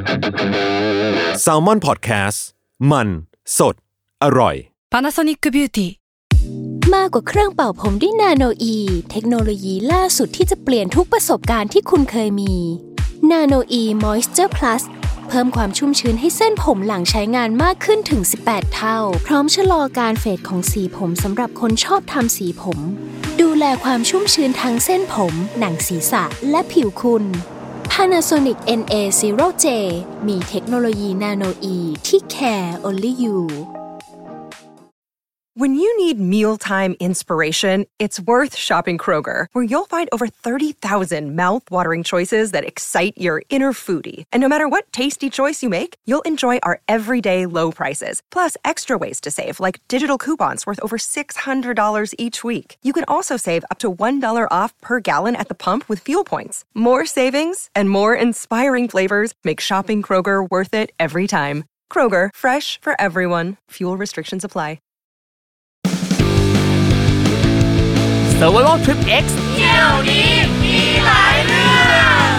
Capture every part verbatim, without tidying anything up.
Salmon Podcast มันสดอร่อย Panasonic Beauty มากกว่าเครื่องเป่าผมด้วยนาโนอีเทคโนโลยีล่าสุดที่จะเปลี่ยนทุกประสบการณ์ที่คุณเคยมีนาโนอี Moisture Plus เพิ่มความชุ่มชื้นให้เส้นผมหลังใช้งานมากขึ้นถึงสิบแปดเท่าพร้อมชะลอการเฟดของสีผมสำหรับคนชอบทำสีผมดูแลความชุ่มชื้นทั้งเส้นผมหนังศีรษะและผิวคุณ Panasonic เอ็น เอ ศูนย์ เจ มีเทคโนโลยีนาโนอีที่ care only you When you need mealtime inspiration, it's worth shopping Kroger, where you'll find over thirty thousand mouth-watering choices that excite your inner foodie. And no matter what tasty choice you make, you'll enjoy our everyday low prices, plus extra ways to save, like digital coupons worth over six hundred dollars each week. You can also save up to one dollar off per gallon at the pump with fuel points. More savings and more inspiring flavors make shopping Kroger worth it every time. Kroger, fresh for everyone. Fuel restrictions apply. Survival Trip X เที่ยวนี้มีหลายเรื่อง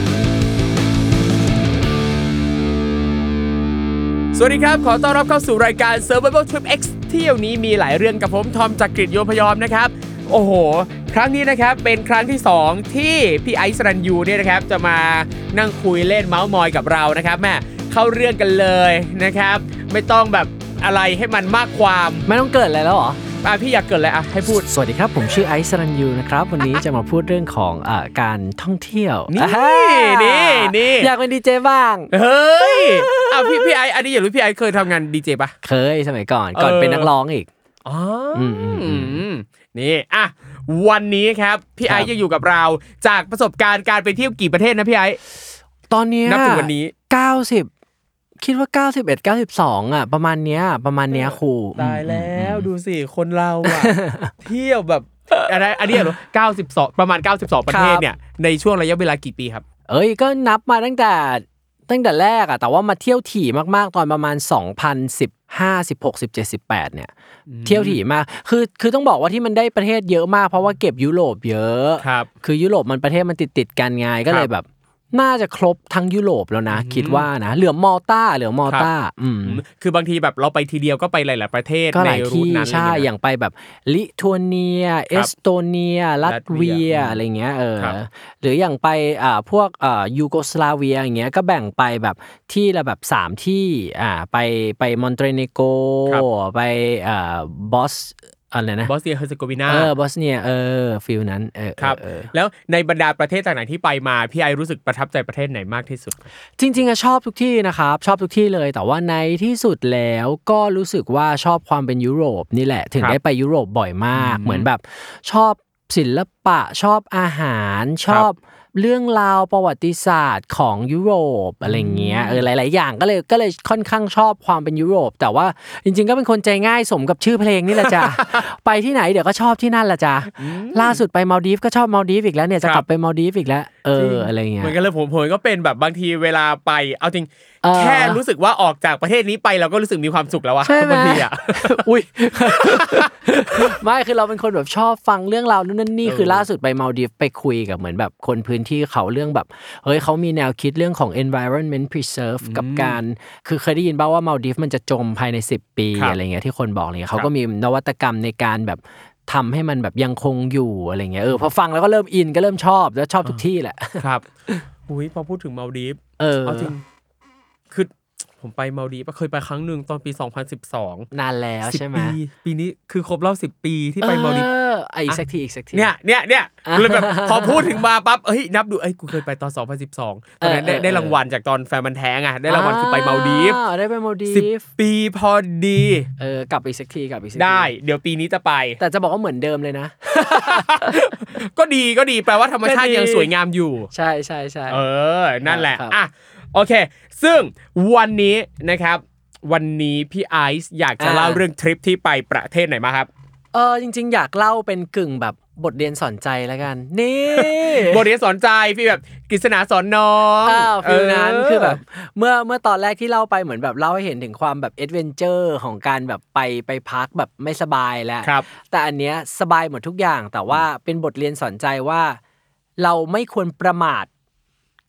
สวัสดีครับขอต้อนรับเข้าสู่รายการ Survival Trip X เที่ยวนี้มีหลายเรื่องกับผมทอมจักริดโยมพยอมนะครับโอ้โหครั้งนี้นะครับเป็นครั้งที่สองที่พี่ไอซ์สรัญยูเนี่ยนะครับจะมานั่งคุยเล่นเม้ามอยกับเรานะครับแม่เข้าเรื่องกันเลยนะครับไม่ต้องแบบอะไรให้มันมากความไม่ต้องเกิดอะไรแล้วเหรออ่ะพี่อยากเกิดอะไรอ่ะให้พูดสวัสดีครับผมชื่อไอซ์สรัญยูนะครับวันนี้จะมาพูดเรื่องของอ่าการท่องเที่ยวนี่นี่นี่อยากเป็นดีเจบ้างเฮ้ยอ่ะพี่พี่ไอซ์อันนี้อยากรู้พี่ไอซ์เคยทำงานดีเจป่ะเคยสมัยก่อนก่อนเป็นนักร้องอีกอ๋อนี่อ่ะวันนี้ครับพี่ไอซ์ยังอยู่กับเราจากประสบการณ์การไปเที่ยวกี่ประเทศนะพี่ไอซ์ตอนนี้นับถึงวันนี้เก้าสิบคิดว่าเก้าสิบเอ็ด เก้าสิบสองอ่ะประมาณเนี้ยประมาณเนี้ยครูตายแล้วดูสิคนเราอ่ะเที่ยวแบบอะไรอันนี้เหรอเก้าสิบสองประมาณเก้าสิบสองประเทศเนี่ยในช่วงระยะเวลากี่ปีครับเอ้ยก็นับมาตั้งแต่ตั้งแต่แรกอ่ะแต่ว่ามาเที่ยวถี่มากๆตอนประมาณสองพันสิบห้า สิบหก สิบเจ็ด สิบแปดเนี่ยเที่ยวถี่มากคือคือต้องบอกว่าที่มันได้ประเทศเยอะมากเพราะว่าเก็บยุโรปเยอะครับคือยุโรปมันประเทศมันติดๆกันไงก็เลยแบบน่าจะครบทั้งยุโรปแล้วนะคิดว่านะเหลือมอลตาเหลือมอลตาอืมคือบางทีแบบเราไปทีเดียวก็ไปหลายๆประเทศในรูทนั้นใช่อย่างไปแบบลิทัวเนียเอสโตเนียลัตเวียอะไรเงี้ยเออหรืออย่างไปอ่าพวกอ่ายูโกสลาเวียอย่างเงี้ยก็แบ่งไปแบบที่ละแบบสามที่อ่าไปไปมอนเตเนโกไปอ่าบอสอะไรนะบอสเนียเฮอร์เซโกวีนาเออบอสเนียเออฟีลนั้นเออครับแล้วในบรรดาประเทศต่างๆที่ไปมาพี่ไอรู้สึกประทับใจประเทศไหนมากที่สุดจริงๆอะชอบทุกที่นะครับชอบทุกที่เลยแต่ว่าในที่สุดแล้วก็รู้สึกว่าชอบความเป็นยุโรปนี่แหละถึงได้ไปยุโรปบ่อยมากเหมือนแบบชอบศิลปะชอบอาหารชอบเรื่องราวประวัติศาสตร์ของยุโรปอะไรเงี้ยเออหลายๆอย่างก็เลยก็เลยค่อนข้างชอบความเป็นยุโรปแต่ว่าจริงๆก็เป็นคนใจง่ายสมกับชื่อเพลงนี่แหละจ้ะ ไปที่ไหนเดี๋ยวก็ชอบที่นั่นละจ้ะล่าสุดไปมาลดีฟก็ชอบมาลดีฟอีกแล้วเนี่ยจะกลับไปมาลดีฟอีกแล้วเอออะไรเงี้ยเหมือนกันเลยผมผมก็เป็นแบบบางทีเวลาไปเอาจริงแค่รู้สึกว่าออกจากประเทศนี้ไปเราก็รู้สึกมีความสุขแล้ววะบางทีอ่ะอุ้ยไม่คือเราเป็นคนแบบชอบฟังเรื่องราวนู่นนั่นนี่คือล่าสุดไปมาลดีฟไปคุยกับเหมือนแบบคนพื้นที่เขาเรื่องแบบเฮ้ยเขามีแนวคิดเรื่องของ environment preserve กับการคือเคยได้ยินบ้างว่ามาลดีฟมันจะจมภายในสิบปีอะไรเงี้ยที่คนบอกอะไรเงี้ยเขาก็มีนวัตกรรมในการแบบทำให้มันแบบยังคงอยู่อะไรเงี้ยเออพอฟังแล้วก็เริ่มอินก็เริ่มชอบแล้วชอบทุกที่แหละครับอุ้ยพอพูดถึงมาลดีฟเออเอาจริงคือผมไปมาลดีฟเคยไปครั้งนึงตอนปีสองพันสิบสองนานแล้วใช่มั้ยปีปีนี้คือครบรอบสิบปีที่ไปมาลดีฟเอออีกสักทีอีกสักทีเนี่ยเนี่ยเนี่ยเลยแบบพอพูดถึงมาปั๊บเฮ้ยนับดูเอ้ยกูเคยไปตอนสองพันสิบสองตอนนั้นได้ได้รางวัลจากตอนแฟนมันแท้ไงได้รางวัลคือไปมาลดีฟได้ไปมาลดีฟสิบปีพอดีเออกลับอีกสักทีกลับอีกสักทีได้เดี๋ยวปีนี้จะไปแต่จะบอกว่าเหมือนเดิมเลยนะก็ดีก็ดีแปลว่าธรรมชาติยังสวยงามอยู่ใช่ๆๆเออนั่นแหละอ่ะโอเคซึ่งวันนี้นะครับวันนี้พี่ไอซ์อยากจะเล่าเรื่องทริปที่ไปประเทศไหนมาครับเออจริงๆอยากเล่าเป็นกึ่งแบบบทเรียนสอนใจแล้วกันนี่บทเรียนสอนใจพี่แบบกฤษณาสอนน้องอ้าวฟีลนั้นคือแบบเมื่อเมื่อตอนแรกที่เล่าไปเหมือนแบบเล่าให้เห็นถึงความแบบแอดเวนเจอร์ของการแบบไปไปพักแบบไม่สบายแล้วแต่อันเนี้ยสบายหมดทุกอย่างแต่ว่าเป็นบทเรียนสอนใจว่าเราไม่ควรประมาทกับ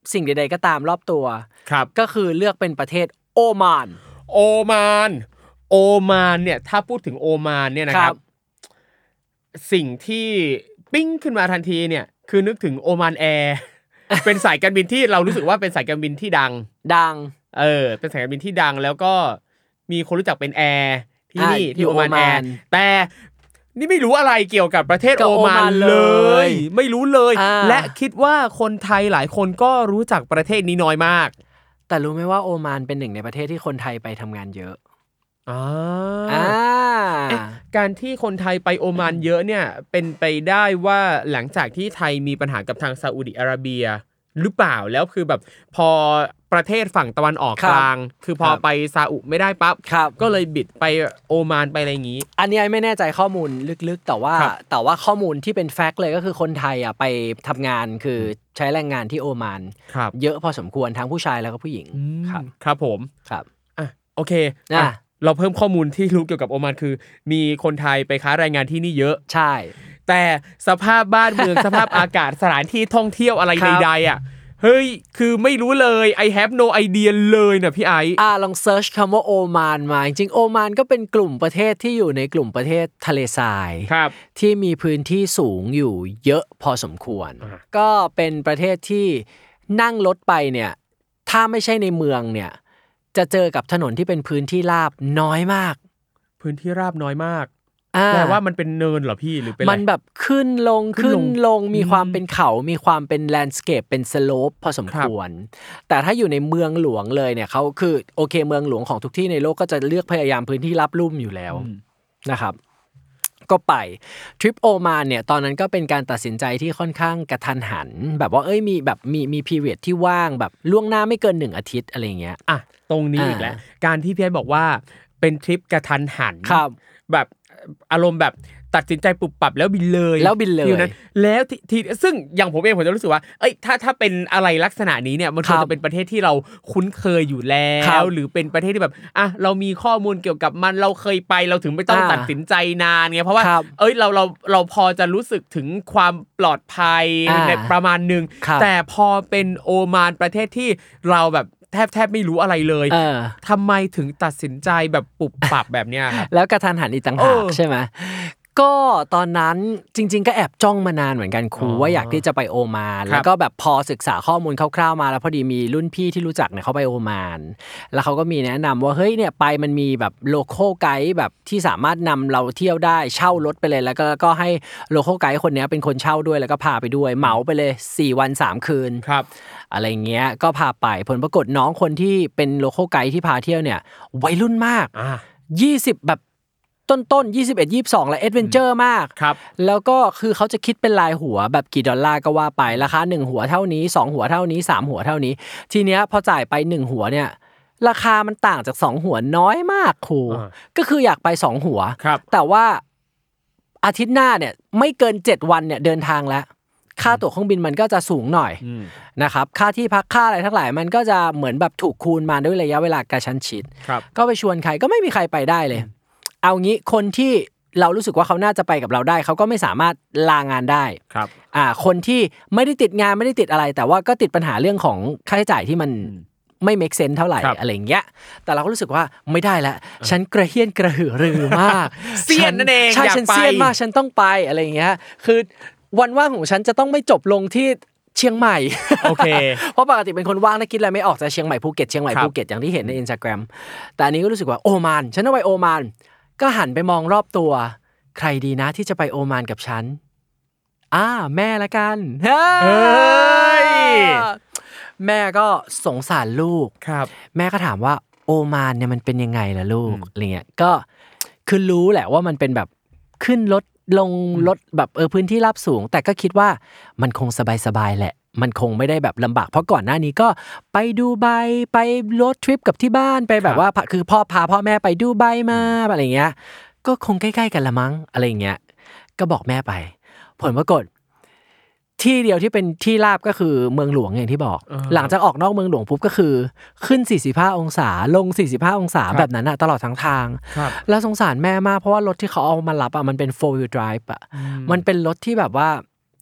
สิ่งใดๆก็ตามรอบตัวครับก็คือเลือกเป็นประเทศโอมานโอมานโอมานเนี่ยถ้าพูดถึงโอมานเนี่ยนะครับสิ่งที่ปิ้งขึ้นมาทันทีเนี่ยคือนึกถึงโอมานแอร์ เป็นสายการบินที่เรารู้สึกว่าเป็นสายการบินที่ดังดังเออเป็นสายการบินที่ดังแล้วก็มีคนรู้จักเป็นแอร์ที่นี่ที่โอมานแอร์แต่นี่ไม่รู้อะไรเกี่ยวกับประเทศโอมานเลยไม่รู้เลยและคิดว่าคนไทยหลายคนก็รู้จักประเทศนี้น้อยมากแต่รู้ไหมว่าโอมานเป็นหนึ่งในประเทศที่คนไทยไปทำงานเยอะอ่าการที่คนไทยไปโอมานเยอะเนี่ยเป็นไปได้ว่าหลังจากที่ไทยมีปัญหากับทางซาอุดิอาระเบียหรือเปล่าแล้วคือแบบพอประเทศฝั่งตะวันออกกลางคือพอไปซาอุไม่ได้ปั๊บก็เลยบิดไปโอมานไปอะไรอย่างงี้อันนี้ไม่แน่ใจข้อมูลลึกๆแต่ว่าแต่ว่าข้อมูลที่เป็นแฟกต์เลยก็คือคนไทยอ่ะไปทำงานคือใช้แรงงานที่โอมานเยอะพอสมควรทั้งผู้ชายแล้วก็ผู้หญิงครับครับผมครับอ่ะโอเคอ่ะเราเพิ่มข้อมูลที่รู้เกี่ยวกับโอมานคือมีคนไทยไปค้าแรงงานที่นี่เยอะใช่แต่สภาพบ้านเมืองสภาพอากาศสถานที่ท่องเที่ยวอะไรใดๆอ่ะเฮ้ยคือไม่รู้เลย I have no idea เลยนะพี่ไอซ์อ่าลองเซิร์ชคำว่าโอมานมาจริงๆโอมานก็เป็นกลุ่มประเทศที่อยู่ในกลุ่มประเทศทะเลทรายที่มีพื้นที่สูงอยู่เยอะพอสมควรก็เป็นประเทศที่นั่งรถไปเนี่ยถ้าไม่ใช่ในเมืองเนี่ยจะเจอกับถนนที่เป็นพื้นที่ราบน้อยมากพื้นที่ราบน้อยมากแปลว่ามันเป็นเนินเหรอพี่หรือเป็นมันแบบขึ้นลงขึ้นลงมีความเป็นเขามีความเป็นแลนด์สเคปเป็นสโลปพอสมควรแต่ถ้าอยู่ในเมืองหลวงเลยเนี่ยเขาคือโอเคเมืองหลวงของทุกที่ในโลกก็จะเลือกพยายามพื้นที่ราบลุ่มอยู่แล้วนะครับก็ไปทริปโอมานเนี่ยตอนนั้นก็เป็นการตัดสินใจที่ค่อนข้างกระทันหันแบบว่าเอ้ยมีแบบมีมีพีเรียดที่ว่างแบบล่วงหน้าไม่เกินหนึ่งอาทิตย์อะไรเงี้ยอ่ะตรงนี้อีกแล้วการที่พี่บอกว่าเป็นทริปกระทันหันแบบอารมณ์แบบตัดสินใจปุบปับแล้วบินเลยแล้วบินเลยนั้นแล้วทีซึ่งอย่างผมเองผมจะรู้สึกว่าเอ้ยถ้าถ้าเป็นอะไรลักษณะนี้เนี่ยมันควรจะเป็นประเทศที่เราคุ้นเคยอยู่แล้วหรือเป็นประเทศที่แบบอ่ะเรามีข้อมูลเกี่ยวกับมันเราเคยไปเราถึงไม่ต้องตัดสินใจนานไงเพราะว่าเอ้ยเราเราเราพอจะรู้สึกถึงความปลอดภัยในประมาณนึงแต่พอเป็นโอมานประเทศที่เราแบบแทบแทบไม่รู้อะไรเลยทำไมถึงตัดสินใจแบบปุบปับแบบเนี้ยครับแล้วกระทันหันอีกต่างหากใช่ไหมก็ตอนนั้นจริงๆก็แอบจ้องมานานเหมือนกันครูว่าอยากที่จะไปโอมานแล้วก็แบบพอศึกษาข้อมูลคร่าวๆมาแล้วพอดีมีรุ่นพี่ที่รู้จักเนี่ยเขาไปโอมานแล้วเขาก็มีแนะนำว่าเฮ้ยเนี่ยไปมันมีแบบโลคอลไกด์แบบที่สามารถนำเราเที่ยวได้เช่ารถไปเลยแล้วก็ก็ให้โลคอลไกด์คนนี้เป็นคนเช่าด้วยแล้วก็พาไปด้วยเหมาไปเลยสี่วันสามคืนครับอะไรเงี้ยก็พาไปผลปรากฏน้องคนที่เป็นโลคอลไกด์ที่พาเที่ยวเนี่ยวัยรุ่นมากยี่สิบแบบต้นๆยี่สิบเอ็ด ยี่สิบสองและแอดเวนเจอร์มากครับแล้วก็คือเขาจะคิดเป็นรายหัวแบบกี่ดอลลาร์ก็ว่าไปราคาหนึ่งหัวเท่านี้สองหัวเท่านี้สามหัวเท่านี้ทีเนี้ยพอจ่ายไปหนึ่งหัวเนี่ยราคามันต่างจากสองหัวน้อยมากครูก็คืออยากไปสองหัวแต่ว่าอาทิตย์หน้าเนี่ยไม่เกินเจ็ดวันเนี่ยเดินทางแล้วค่าตั๋วเครื่องบินมันก็จะสูงหน่อยนะครับค่าที่พักค่าอะไรทั้งหลายมันก็จะเหมือนแบบถูกคูณมาด้วยระยะเวลากระชั้นชิดก็ไปชวนใครก็ไม่มีใครไปได้เลยเอางี้คนที่เรารู้สึกว่าเขาน่าจะไปกับเราได้เขาก็ไม่สามารถลางานได้ครับอ่าคนที่ไม่ได้ติดงานไม่ได้ติดอะไรแต่ว่าก็ติดปัญหาเรื่องของค่าใช้จ่ายที่มันไม่ make sense เท่าไหร่อะไรอย่างเงี้ยแต่เราก็รู้สึกว่าไม่ได้แล้วฉันกระเฮี้ยนกระหือรือมากเซียนนั่นเองใช่ฉันเซียนมากฉันต้องไปอะไรอย่างเงี้ยคือวันว่างของฉันจะต้องไม่จบลงที่เชียงใหม่โอเคเพราะปกติเป็นคนว่างแล้วคิดอะไรไม่ออกจะเชียงใหม่ภูเก็ตเชียงใหม่ภูเก็ตอย่างที่เห็นใน Instagram แต่อันนี้ก็รู้สึกว่าโอมานฉันต้องไปโอมานก็หันไปมองรอบตัวใครดีนะที่จะไปโอมานกับฉันอ่าแม่ละกันเฮ้ยแม่ก็สงสารลูกครับแม่ก็ถามว่าโอมานเนี่ยมันเป็นยังไงล่ะลูกอะไรเงี้ยก็คือรู้แหละว่ามันเป็นแบบขึ้นรถลงรถแบบเออพื้นที่ราบสูงแต่ก็คิดว่ามันคงสบายๆแหละมันคงไม่ได้แบบลำบากเพราะก่อนหน้านี้ก็ไปดูไบไปโรดทริปกับที่บ้านไปแบบว่าคือพ่อพาพ่อแม่ไปดูไบมาอะไรเงี้ยก็คงใกล้ๆกันละมั้งอะไรเงี้ยก็บอกแม่ไปผลปรากฏที่เดียวที่เป็นที่ราบก็คือเมืองหลวงอย่างที่บอกหลังจากออกนอกเมืองหลวงปุ๊บก็คือขึ้นสี่สิบห้าองศาลงสี่สิบห้าองศาแบบนั้นน่ะตลอดทั้งทางแล้วสงสารแม่มากเพราะว่ารถที่เขาเอามารับอ่ะมันเป็น four wheel drive อ่ะมันเป็นรถที่แบบว่า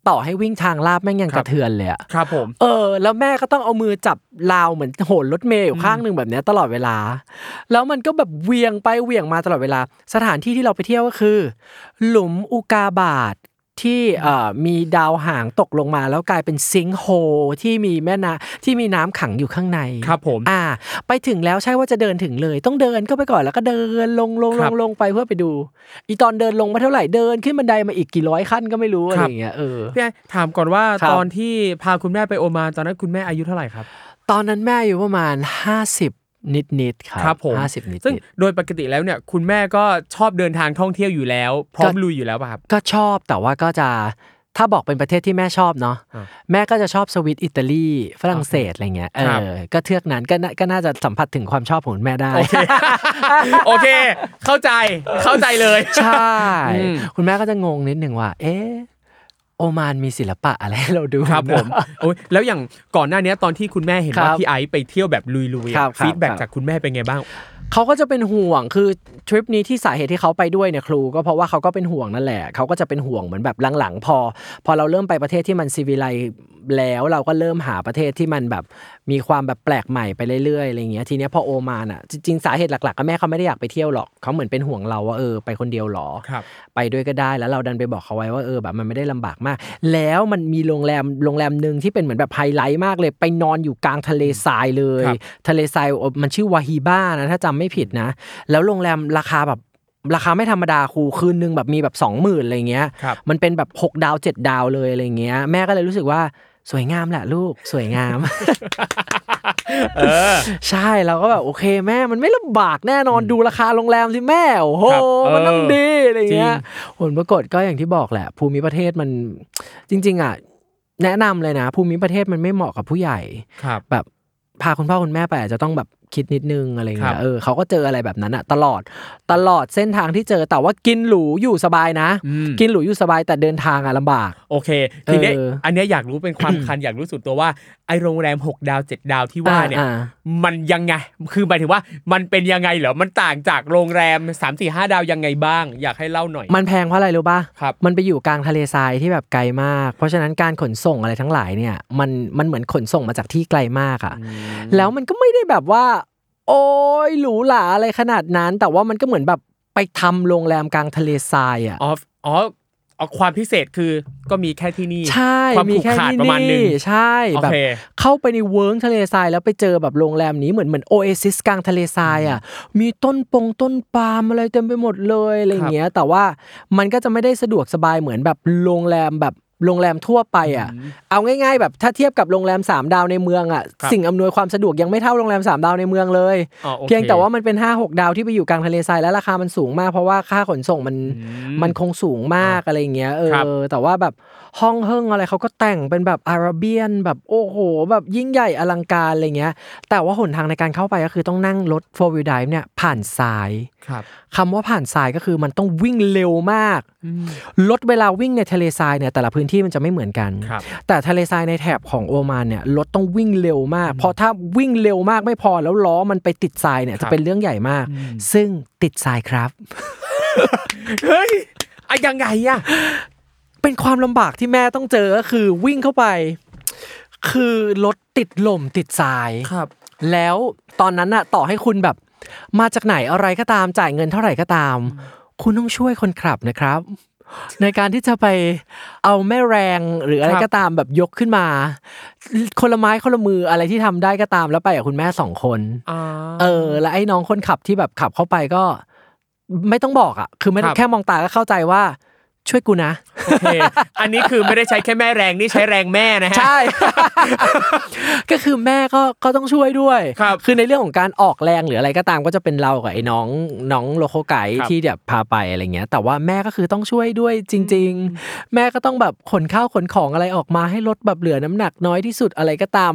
ต่อให้วิ่งทางลาบแม่งยังกระเทือนเลยอ่ะครับผมเออแล้วแม่ก็ต้องเอามือจับราวเหมือนโหนรถเมล์อยู่ข้างนึงแบบนี้ตลอดเวลาแล้วมันก็แบบเวียงไปเวียงมาตลอดเวลาสถานที่ที่เราไปเที่ยวก็คือหลุมอุกาบาตที่เอ่อมีดาวหางตกลงมาแล้วกลายเป็นซิงค์โฮที่มีแม่น้ำที่มีน้ำขังอยู่ข้างในครับผมอ่าไปถึงแล้วใช่ว่าจะเดินถึงเลยต้องเดินเข้าไปก่อนแล้วก็เดินลงลงลงลงไปเพื่อไปดูอีตอนเดินลงมาเท่าไหร่เดินขึ้นบันไดมาอีกกี่ร้อยขั้นก็ไม่รู้อะไรอย่างเงี้ยเออพี่ถามก่อนว่าตอนที่พาคุณแม่ไปโอมานตอนนั้นคุณแม่อายุเท่าไหร่ครับตอนนั้นแม่อายุประมาณห้าสิบนิดๆครับครับผมห้าสิบนิดๆซึ่งโดยปกติแล้วเนี่ยคุณแม่ก็ชอบเดินทางท่องเที่ยวอยู่แล้วพร้อมลุยอยู่แล้วป่ะครับก็ชอบแต่ว่าก็จะถ้าบอกเป็นประเทศที่แม่ชอบเนาะแม่ก็จะชอบสวิตอิตาลีฝรั่งเศสอะไรเงี้ยเออก็เทือกนั้นก็ก็น่าจะสัมผัสถึงความชอบของแม่ได้โอเคโอเคเข้าใจเข้าใจเลยใช่คุณแม่ก็จะงงนิดนึงว่าเอ๊ะโอมานมีศิลปะอะไรให้เราดูครับผมโอ้ยแล้วอย่างก่อนหน้านี้ตอนที่คุณแม่เห็นว่าพี่ไอซ์ไปเที่ยวแบบลุยๆฟีดแบ็กจากคุณแม่เป็นไงบ้างเขาก็จะเป็นห่วงคือทริปนี้ที่สาเหตุที่เขาไปด้วยเนี่ยครูก็เพราะว่าเขาก็เป็นห่วงนั่นแหละเขาก็จะเป็นห่วงเหมือนแบบหลังๆพอพอเราเริ่มไปประเทศที่มันซีวิไลซ์แล้วเราก็เริ่มหาประเทศที่มันแบบมีความแบบแปลกใหม่ไปเรื่อยๆอะไรเงี้ยทีเนี้ยพอโอมานอ่ะจริงๆสาเหตุหลักๆก็แม่เขาไม่ได้อยากไปเที่ยวหรอกเขาเหมือนเป็นห่วงเราว่าเออไปคนเดียวหรอไปด้วยก็ได้แล้วเราดันไปบอกเขาไว้ว่าเออแบบมันไม่ได้ลำบากมากแล้วมันมีโรงแรมโรงแรมนึงที่เป็นเหมือนแบบไฮไลท์มากเลยไปนอนอยู่กลางทะเลทรายเลยทะเลทรายมันชื่อวาฮิบ้านะถ้าจำไม่ผิดนะแล้วโรงแรมราคาแบบราคาไม่ธรรมดาครูคืนนึงแบบมีแบบ สองหมื่น อะไรเงี้ยมันเป็นแบบหกดาวเจ็ดดาวเลยอะไรเงี้ยแม่ก็เลยรู้สึกว่าสวยงามแหละลูกสวยงามเออใช่เราก็แบบโอเคแม่มันไม่ลำบากแน่นอนดูราคาโรงแรมสิแม่โอ้โหมันต้องดีอะไรเงี้ยผลปรากฏก็อย่างที่บอกแหละภูมิประเทศมันจริงๆอ่ะแนะนำเลยนะภูมิประเทศมันไม่เหมาะกับผู้ใหญ่แบบพาคุณพ่อคุณแม่ไปอาจจะต้องแบบคิดนิดนึงอะไรเงี้ยเออเขาก็เจออะไรแบบนั้นอะตลอดตลอดเส้นทางที่เจอแต่ว่ากินหรูอยู่สบายนะกินหรูอยู่สบายแต่เดินทางอะลำบากโอเคทีนี้อันนี้อยากรู้เป็นความคันอยากรู้สุดตัวว่าไอโรงแรมหกดาวเจ็ดดาวที่ว่าเนี่ยมันยังไงคือหมายถึงว่ามันเป็นยังไงเหรอมันต่างจากโรงแรม สาม สี่ ห้า ดาวยังไงบ้างอยากให้เล่าหน่อยมันแพงเพราะอะไรรู้ป่ะมันไปอยู่กลางทะเลทรายที่แบบไกลมากเพราะฉะนั้นการขนส่งอะไรทั้งหลายเนี่ยมันมันเหมือนขนส่งมาจากที่ไกลมากอะแล้วมันก็ไม่ได้แบบว่าโอ้ยหรูหราอะไรขนาดนั้นแต่ว่ามันก็เหมือนแบบไปทำโรงแรมกลางทะเลทรายอ่ะอ๋ออ๋อความพิเศษคือก็มีแค่ที่นี่ใช่ความผูกขาดประมาณนึงใช่แบบเข้าไปในเวิร์กทะเลทรายแล้วไปเจอแบบโรงแรมนี้เหมือนเหมือนโอเอซิสกลางทะเลทรายอ่ะมีต้นปงต้นปาล์มอะไรเต็มไปหมดเลยอะไรเงี้ยแต่ว่ามันก็จะไม่ได้สะดวกสบายเหมือนแบบโรงแรมแบบโรงแรมทั่วไปอ่ะเอาง่ายๆแบบถ้าเทียบกับโรงแรมสามดาวในเมืองอ่ะสิ่งอำนวยความสะดวกยังไม่เท่าโรงแรมสามดาวในเมืองเลยเพียงแต่ว่ามันเป็น ห้าหก ดาวที่ไปอยู่กลางทะเลทรายแล้วราคามันสูงมากเพราะว่าค่าขนส่งมันมันคงสูงมากอะไรอย่างเงี้ยเออแต่ว่าแบบห้องเฮิ่งอะไรเขาก็แต่งเป็นแบบอาราเบียนแบบโอ้โหแบบยิ่งใหญ่อลังการอะไรเงี้ยแต่ว่าหนทางในการเข้าไปก็คือต้องนั่งรถ โฟร์ วีล Drive เนี่ยผ่านทรายคำว่าผ่านทรายก็คือมันต้องวิ่งเร็วมากรถเวลาวิ่งในทะเลทรายเนี่ยแต่ละพื้นที่มันจะไม่เหมือนกันแต่ทะเลทรายในแถบของโอมานเนี่ยรถต้องวิ่งเร็วมากเพราะถ้าวิ่งเร็วมากไม่พอแล้วล้อมันไปติดทรายเนี่ยจะเป็นเรื่องใหญ่มากซึ่งติดทรายครับเฮ้ยอะยังไงอะเป็นความลำบากที่แม่ต้องเจอก็คือวิ่งเข้าไปคือรถติดหล่มติดทรายครับแล้วตอนนั้นอะต่อให้คุณแบบมาจากไหนอะไรก็ตามจ่ายเงินเท่าไหร่ก็ตามคุณต้องช่วยคนขับนะครับในการที่จะไปเอาแม่แรงหรืออะไรก็ตามแบบยกขึ้นมาคนละไม้คนละมืออะไรที่ทำได้ก็ตามแล้วไปกับคุณแม่สองคนเออแล้วไอ้น้องคนขับที่แบบขับเข้าไปก็ไม่ต้องบอกอ่ะคือไม่แค่มองตาก็เข้าใจว่าช่วยกูนะโอเคอันนี้คือไม่ได้ใช้แค่แม่แรงนี่ใช้แรงแม่นะฮะใช่ก็คือแม่ก็ก็ต้องช่วยด้วยคือในเรื่องของการออกแรงหรืออะไรก็ตามก็จะเป็นเรากับไอ้น้องน้องโลโคไกด์ที่แบบพาไปอะไรเงี้ยแต่ว่าแม่ก็คือต้องช่วยด้วยจริงๆแม่ก็ต้องแบบขนข้าวขนของอะไรออกมาให้รถแบบเหลือน้ำหนักน้อยที่สุดอะไรก็ตามแบบ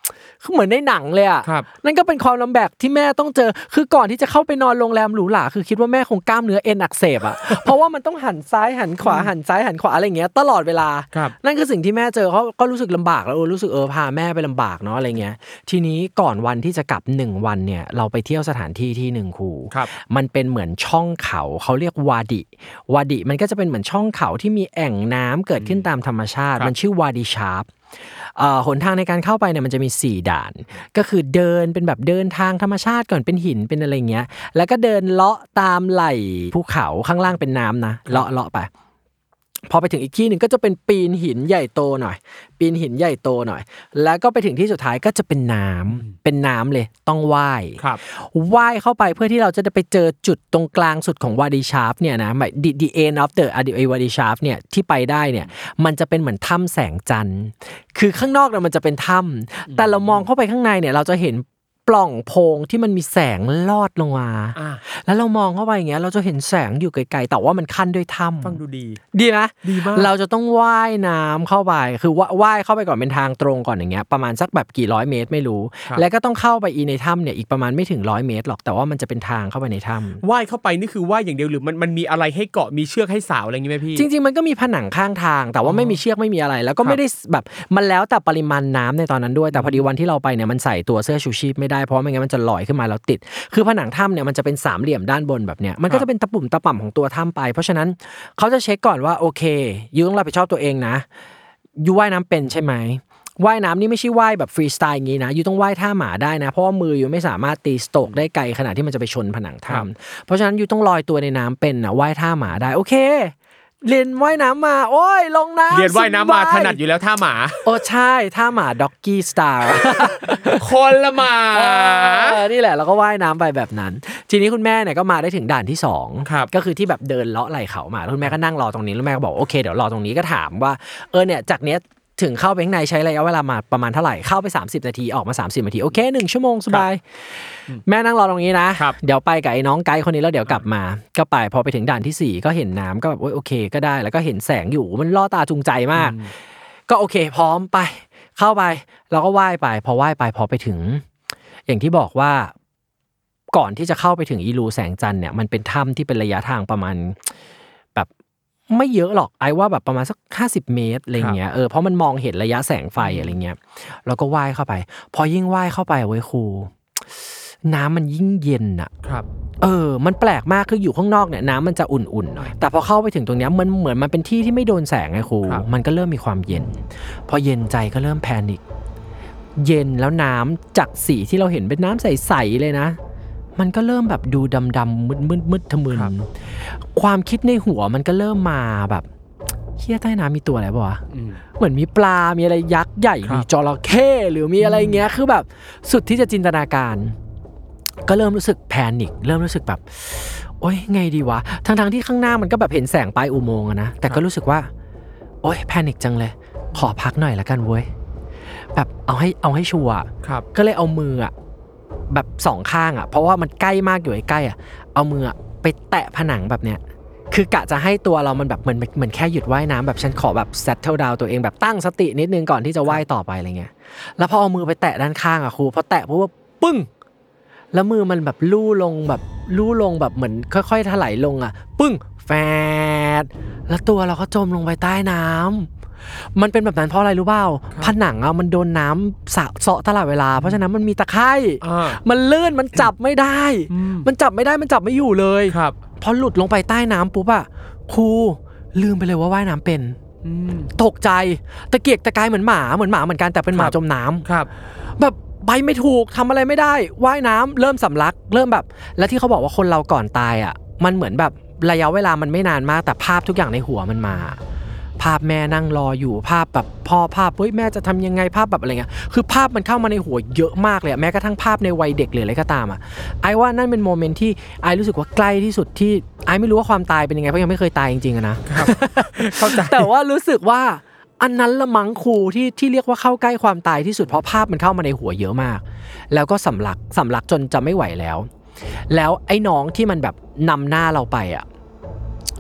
คือเหมือนในหนังเลยอ่ะนั่นก็เป็นความลำบากที่แม่ต้องเจอคือก่อนที่จะเข้าไปนอนโรงแรมหรูหราคือคิดว่าแม่คงกล้ามเนื้อเอ็นอักเสบอ่ะ เพราะว่ามันต้องหันซ้ายหันขวาหันซ้ายหันขวาอะไรอย่างเงี้ยตลอดเวลานั่นคือสิ่งที่แม่เจอเขาก็รู้สึกลำบากแล้วรู้สึกเออพาแม่ไปลำบากเนาะอะไรเงี้ยทีนี้ก่อนวันที่จะกลับหนึ่งวันเนี่ยเราไปเที่ยวสถานที่ที่หนึ่งครูมันเป็นเหมือนช่องเขาเขาเรียกวาดิวาดิมันก็จะเป็นเหมือนช่องเขาที่มีแอ่งน้ำเกิดขึ้นตามธรรมชาติมันชื่อวาดิชาร์ปเอ่อหนทางในการเข้าไปเนี่ยมันจะมีสี่ด่านก็คือเดินเป็นแบบเดินทางธรรมชาติก่อนเป็นหินเป็นอะไรเงี้ยแล้วก็เดินเลาะตามไหล่ภูเขาข้างล่างเป็นน้ำนะเลาะเลาะไปพอไปถึงอีกที่หนึ่งก็จะเป็นปีนหินใหญ่โตหน่อยปีนหินใหญ่โตหน่อยแล้วก็ไปถึงที่สุดท้ายก็จะเป็นน้ำเป็นน้ำเลยต้องว่ายว่ายเข้าไปเพื่อที่เราจะไปเจอจุดตรงกลางสุดของวาดิชาร์ปเนี่ยนะ the the end of the wadi shaft เนี่ยที่ไปได้เนี่ยมันจะเป็นเหมือนถ้ำแสงจันทร์คือข้างนอกเนี่ยมันจะเป็นถ้ำแต่เรามองเข้าไปข้างในเนี่ยเราจะเห็นปล่องโพรงที่มันมีแสงลอดลงมาแล้วเรามองเข้าไปอย่างเงี้ยเราจะเห็นแสงอยู่ไกลๆแต่ว่ามันคั่นด้วยถ้ำฟังดูดีดีมั้ยดีมากเราจะต้องว่ายน้ำเข้าไปคือว่ายเข้าไปก่อนเป็นทางตรงก่อนอย่างเงี้ยประมาณสักแบบกี่ร้อยเมตรไม่รู้แล้วก็ต้องเข้าไปอีในถ้ำเนี่ยอีกประมาณไม่ถึงร้อยเมตรหรอกแต่ว่ามันจะเป็นทางเข้าไปในถ้ำว่ายเข้าไปนี่คือว่ายอย่างเดียวหรือมันมันมีอะไรให้เกาะมีเชือกให้สาวอะไรอย่างงี้มั้ยพี่จริงๆมันก็มีผนังข้างทางแต่ว่าไม่มีเชือกไม่มีอะไรแล้วก็ไม่ได้แบบมันแล้วแต่ปริมาณน้ำในตอนนั้นด้วยแต่พอดีวันที่เราไปเนี่ยมันใส่ตัวเสื้อชูชีพไม่ได้เพราะไม่งั้นมันจะขึ้นมาแล้วติดคือผนังถ้ำเนี่ยมันจะเป็นสามเหลี่ยมด้านบนแบบเนี้ยมันก็จะเป็นตะปุ่มตะป่ำของตัวถ้ำไปเพราะฉะนั้นเขาจะเช็คก่อนว่าโอเคยูต้องรับผิดชอบตัวเองนะยูว่ายน้ำเป็นใช่ไหมว่ายน้ำนี่ไม่ใช่ว่ายแบบฟรีสไตล์อย่างงี้นะยูต้องว่ายท่าหมาได้นะเพราะว่ามือยูไม่สามารถตีสโตรกได้ไกลขนาดที่มันจะไปชนผนังถ้ำเพราะฉะนั้นยูต้องลอยตัวในน้ำเป็นนะว่ายท่าหมาได้โอเคเรียนว่ายน้ำมาโอ้ยลงน้ำเรียนว่ายน้ำมาถนัดอยู่แล้วท่าหมาโอ้ใช่ท่าหมาด็อกกี้สไตล์คนละหมานี่แหละเราก็ว่ายน้ำไปแบบนั้นทีนี้คุณแม่เนี่ยก็มาได้ถึงด่านที่สองก็คือที่แบบเดินเลาะไหล่เขามาคุณแม่ก็นั่งรอตรงนี้แล้วแม่ก็บอกโอเคเดี๋ยวรอตรงนี้ก็ถามว่าเออเนี่ยจากเนี้ยถึงเข้าไปข้างในใช้ระยะเวลามาประมาณเท่าไหร่เข้าไปสามสิบนาทีออกมาสามสิบนาทีโอเคหนึ่งชั่วโมงสบายแม่นั่งรอตรงนี้นะเดี๋ยวไปกับไอ้น้องไกด์คนนี้แล้วเดี๋ยวกลับมาก็ไปพอไปถึงด่านที่สี่ก็เห็นน้ำก็แบบโอเคก็ได้แล้วก็เห็นแสงอยู่มันล่อตาจูงใจมากก็โอเคพร้อมไปเข้าไปเราก็ว่ายไปพอว่ายไปพอไปถึงอย่างที่บอกว่าก่อนที่จะเข้าไปถึงอีรูแสงจันทร์เนี่ยมันเป็นถ้ำที่เป็นระยะทางประมาณแบบไม่เยอะหรอกไอ้ว่าแบบประมาณสักห้าสิบเมตรอะไรเงี้ยเออเพราะมันมองเห็นระยะแสงไฟอะไรเงี้ยแล้วก็ว่ายเข้าไปพอยิ่งว่ายเข้าไปเว้ยครูน้ำมันยิ่งเย็นอ่ะครับเออมันแปลกมากคืออยู่ข้างนอกเนี่ยน้ำมันจะอุ่นๆหน่อยแต่พอเข้าไปถึงตรงเนี้ยมันเหมือนมันเป็นที่ที่ไม่โดนแสงไงครูมันก็เริ่มมีความเย็นพอเย็นใจก็เริ่มแพนิคเย็นแล้วน้ำจากสีที่เราเห็นเป็นน้ำใสๆเลยนะมันก็เริ่มแบบดูดำๆมืดๆทะมึนความคิดในหัวมันก็เริ่มมาแบบเหี้ยใต้น้ำมีตัวอะไรป่ะวะเหมือนมีปลามีอะไรยักษ์ใหญ่มีจระเข้หรือมีอะไรเงี้ยคือแบบสุดที่จะจินตนาการก็เริ่มรู้สึกแพนิคเริ่มรู้สึกแบบโอ๊ยไงดีวะทั้งๆที่ข้างหน้ามันก็แบบเห็นแสงปลายอุโมงค์อะนะแต่ก็รู้สึกว่าโอ๊ยแพนิคจังเลยขอพักหน่อยละกันเว้ยแบบเอาให้เอาให้ชัวร์ก็เลยเอามืออะแบบสองข้างอ่ะเพราะว่ามันใกล้มากอยู่ใกล้ๆอ่ะเอามือไปแตะผนังแบบเนี้ยคือกะจะให้ตัวเรามันแบบเหมือนเหมือนแค่หยุดว่ายน้ำแบบฉันขอแบบ settle down ตัวเองแบบตั้งสตินิดนึงก่อนที่จะว่ายต่อไปอะไรเงี้ยแล้วพอเอามือไปแตะด้านข้างอ่ะครูพอแตะปุ๊บปึ้งแล้วมือมันแบบลู่ลงแบบลู่ลงแบบเหมือนค่อยๆถลายลงอ่ะปึ้งแฟดแล้วตัวเราก็จมลงไปใต้น้ำมันเป็นแบบนั้นเพราะอะไรรู้เปล่าผนังอ่ะมันโดนน้ำสะเซาะตลอดเวลาเพราะฉะนั้นมันมีตะไคร่มันลื่นมันจับไม่ได้มันจับไม่ได้มันจับไม่อยู่เลยพอหลุดลงไปใต้น้ำปุ๊บอ่ะครูลืมไปเลยว่าว่ายน้ำเป็นตกใจตะเกียกตะกายเหมือนหมาเหมือนหมาเหมือนกันแต่เป็นหมาจมน้ำแบบไปไม่ถูกทำอะไรไม่ได้ว่ายน้ำเริ่มสำลักเริ่มแบบและที่เขาบอกว่าคนเราก่อนตายอ่ะมันเหมือนแบบระยะเวลามันไม่นานมากแต่ภาพทุกอย่างในหัวมันมาภาพแม่นั่งรออยู่ภาพแบบพ่อภาพเฮ้ยแม่จะทำยังไงภาพแบบอะไรเงี้ยคือภาพมันเข้ามาในหัวเยอะมากเลยแม้กระทั่งภาพในวัยเด็กหรืออะไรก็ตามอ่ะไอ้ว่านั่นเป็นโมเมนต์ที่ไอ้รู้สึกว่าใกล้ที่สุดที่ไอ้ไม่รู้ว่าความตายเป็นยังไงเพราะยังไม่เคยตายจริงๆนะครับเข้าใจแต่ว่ารู้สึกว่าอันนั้นละมั้งครูที่ที่เรียกว่าเข้าใกล้ความตายที่สุดเพราะภาพมันเข้ามาในหัวเยอะมากแล้วก็สำลักสำลักจนจะไม่ไหวแล้วแล้วไอ้น้องที่มันแบบนำหน้าเราไปอ่ะ